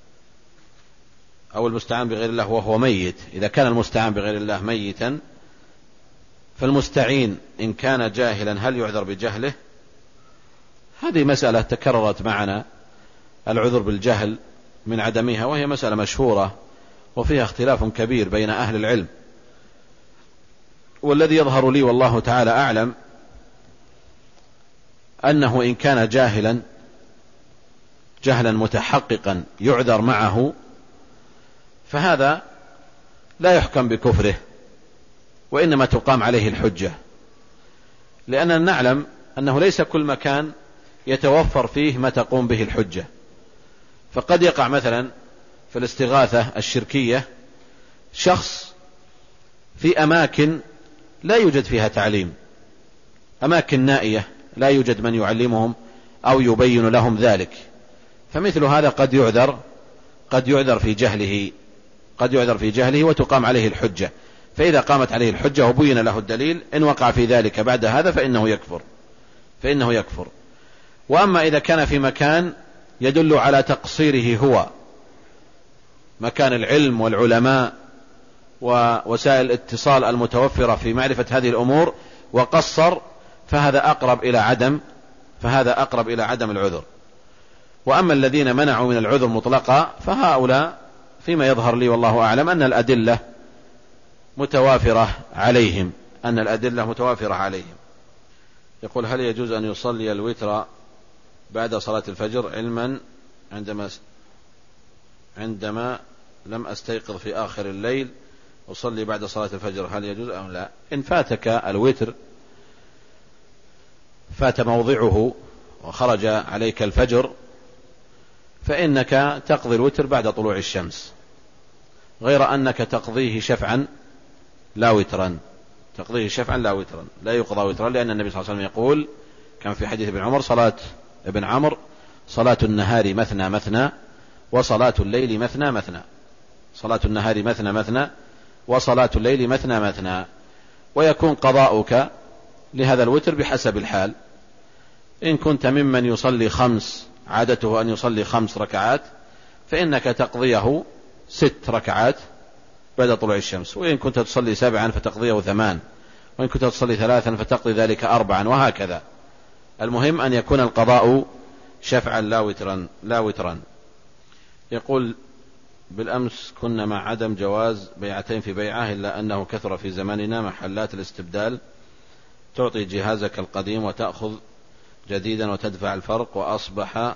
أو المستعان بغير الله وهو ميت، إذا كان المستعان بغير الله ميتا فالمستعين إن كان جاهلا هل يعذر بجهله؟ هذه مسألة تكررت معنا، العذر بالجهل من عدمها، وهي مسألة مشهورة وفيها اختلاف كبير بين أهل العلم. والذي يظهر لي والله تعالى أعلم أنه إن كان جاهلا جهلا متحققا يعذر معه فهذا لا يحكم بكفره، وإنما تقام عليه الحجة، لأننا نعلم أنه ليس كل مكان يتوفر فيه ما تقوم به الحجة. فقد يقع مثلا في الاستغاثة الشركية شخص في أماكن لا يوجد فيها تعليم، أماكن نائية لا يوجد من يعلمهم أو يبين لهم ذلك، فمثل هذا قد يعذر قد يعذر في جهله قد يعذر في جهله وتقام عليه الحجة. فإذا قامت عليه الحجة وبين له الدليل إن وقع في ذلك بعد هذا فإنه يكفر فإنه يكفر وأما إذا كان في مكان يدل على تقصيره هو، مكان العلم والعلماء ووسائل الاتصال المتوفرة في معرفة هذه الأمور وقصر، فهذا أقرب إلى عدم فهذا أقرب إلى عدم العذر. وأما الذين منعوا من العذر مطلقا فهؤلاء فيما يظهر لي والله أعلم أن الأدلة متوافرة عليهم أن الأدلة متوافرة عليهم. يقول: هل يجوز أن يصلي الوتر بعد صلاة الفجر علما عندما عندما لم أستيقظ في آخر الليل أصلي بعد صلاة الفجر، هل يجوز أو لا؟ إن فاتك الوتر فات موضعه وخرج عليك الفجر فإنك تقضي الوتر بعد طلوع الشمس، غير أنك تقضيه شفعا لا وترا، تقضيه شفعا لا وترا، لا يقضى وترا، لأن النبي صلى الله عليه وسلم يقول كان في حديث ابن عمر صلاة ابن عمر صلاة النهار مثنى مثنى وصلاة الليل مثنى مثنى، صلاة النهار مثنى مثنى وصلاة الليل مثنى مثنى. ويكون قضاؤك لهذا الوتر بحسب الحال، إن كنت ممن يصلي خمس، عادته أن يصلي خمس ركعات، فإنك تقضيه ست ركعات بعد طلوع الشمس، وإن كنت تصلي سبعا فتقضيه ثمان، وإن كنت تصلي ثلاثا فتقضي ذلك أربعا، وهكذا. المهم أن يكون القضاء شفعا لا وترا لا وترا. يقول بالأمس كنا مع عدم جواز بيعتين في بيعة، إلا أنه كثر في زماننا محلات الاستبدال تعطي جهازك القديم وتأخذ جديدا وتدفع الفرق، وأصبح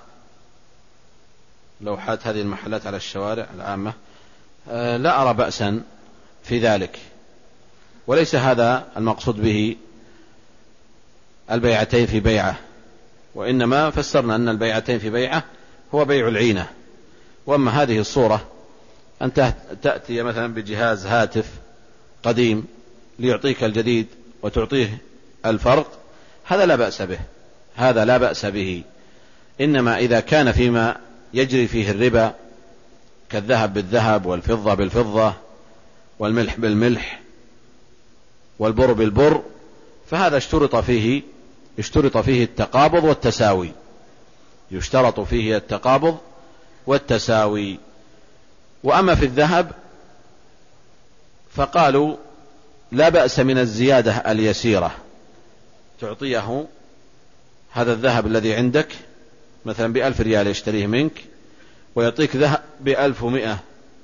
لوحات هذه المحلات على الشوارع العامة. أه لا أرى بأسا في ذلك، وليس هذا المقصود به البيعتين في بيعة، وإنما فسرنا أن البيعتين في بيعة هو بيع العينة. وأما هذه الصورة أن تأتي مثلا بجهاز هاتف قديم ليعطيك الجديد وتعطيه الفرق، هذا لا بأس به، هذا لا بأس به. إنما إذا كان فيما يجري فيه الربا كالذهب بالذهب والفضة بالفضة والملح بالملح والبر بالبر، فهذا اشترط فيه اشترط فيه التقابض والتساوي، يشترط فيه التقابض والتساوي. وأما في الذهب فقالوا لا بأس من الزيادة اليسيرة، تعطيه هذا الذهب الذي عندك مثلا بألف ريال يشتريه منك، ويعطيك ذهب بألف ومئة،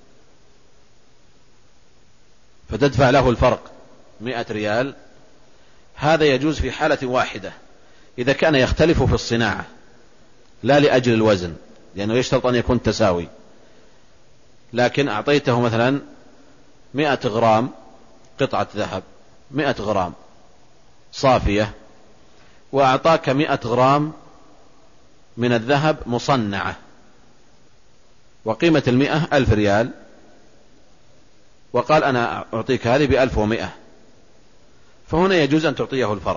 فتدفع له الفرق مئة ريال. هذا يجوز في حالة واحدة إذا كان يختلف في الصناعة لا لأجل الوزن، لأنه يشترط أن يكون تساوي. لكن أعطيته مثلا مئة غرام قطعة ذهب، مئة غرام صافية، وأعطاك مئة غرام من الذهب مصنعة، وقيمة المئة ألف ريال، وقال أنا أعطيك هذه بألف ومئة، فهنا يجوز أن تعطيه الفرق،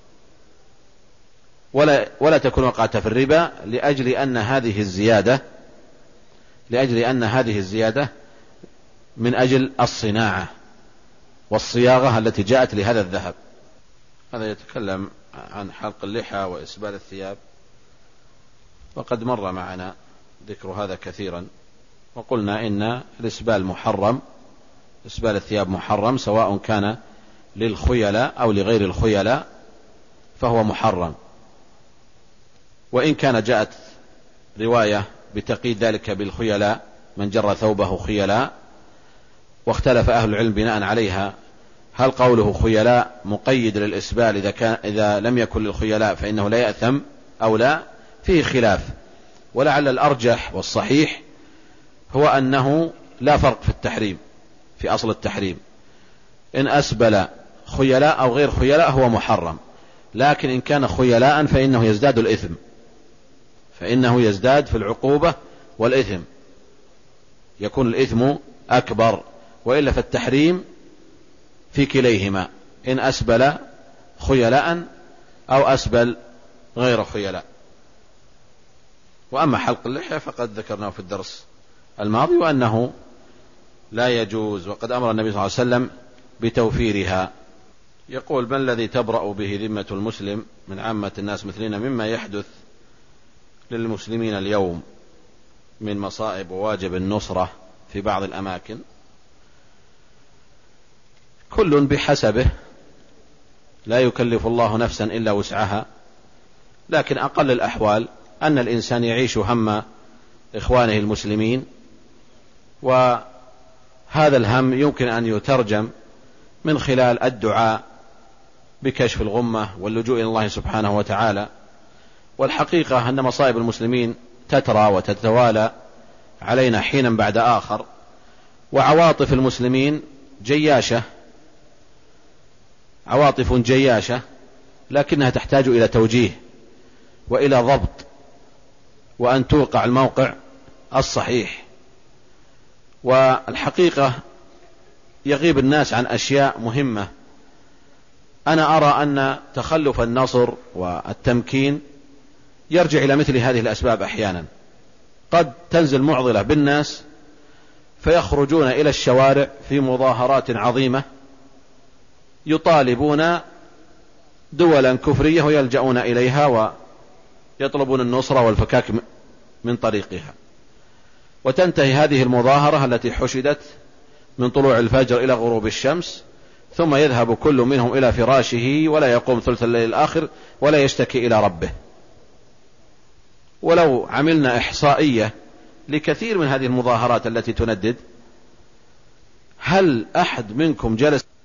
ولا, ولا تكون وقعت في الربا، لأجل أن هذه الزيادة لأجل أن هذه الزيادة من أجل الصناعة والصياغة التي جاءت لهذا الذهب. هذا يتكلم عن حلق اللحى وإسبال الثياب، وقد مر معنا ذكر هذا كثيرا، وقلنا إن الإسبال محرم، إسبال الثياب محرم، سواء كان للخيلاء أو لغير الخيلاء فهو محرم. وإن كان جاءت رواية بتقييد ذلك بالخيلاء، من جر ثوبه خيلاء، واختلف أهل العلم بناء عليها هل قوله خيلاء مقيد للإسبال إذا, كان إذا لم يكن للخيلاء فإنه لا يأثم أو لا، فيه خلاف. ولعل الأرجح والصحيح هو أنه لا فرق في التحريم، في أصل التحريم، إن أسبل خيلاء أو غير خيلاء هو محرم، لكن إن كان خيلاء فإنه يزداد الإثم، فإنه يزداد في العقوبة والإثم، يكون الإثم أكبر. وإلا فالتحريم في كليهما، إن أسبل خيلاء أو أسبل غير خيلاء. وأما حلق اللحية فقد ذكرناه في الدرس الماضي وأنه لا يجوز، وقد أمر النبي صلى الله عليه وسلم بتوفيرها. يقول ما الذي تبرأ به ذمة المسلم من عامة الناس مثلنا مما يحدث للمسلمين اليوم من مصائب وواجب النصرة في بعض الأماكن؟ كل بحسبه، لا يكلف الله نفسا إلا وسعها، لكن أقل الأحوال أن الإنسان يعيش هم إخوانه المسلمين، وهذا الهم يمكن أن يترجم من خلال الدعاء بكشف الغمة واللجوء إلى الله سبحانه وتعالى. والحقيقة أن مصائب المسلمين تترى وتتوالى علينا حينا بعد آخر، وعواطف المسلمين جياشة، عواطف جياشة، لكنها تحتاج إلى توجيه وإلى ضبط، وأن توقع الموقع الصحيح. والحقيقة يغيب الناس عن أشياء مهمة. أنا أرى أن تخلف النصر والتمكين يرجع إلى مثل هذه الأسباب. أحيانا قد تنزل معضلة بالناس فيخرجون إلى الشوارع في مظاهرات عظيمة يطالبون دولا كفرية ويلجؤون إليها ويطلبون النصرة والفكاك من طريقها، وتنتهي هذه المظاهرة التي حشدت من طلوع الفجر إلى غروب الشمس، ثم يذهب كل منهم إلى فراشه ولا يقوم ثلث الليل الآخر ولا يشتكي إلى ربه. ولو عملنا إحصائية لكثير من هذه المظاهرات التي تندد، هل أحد منكم جلس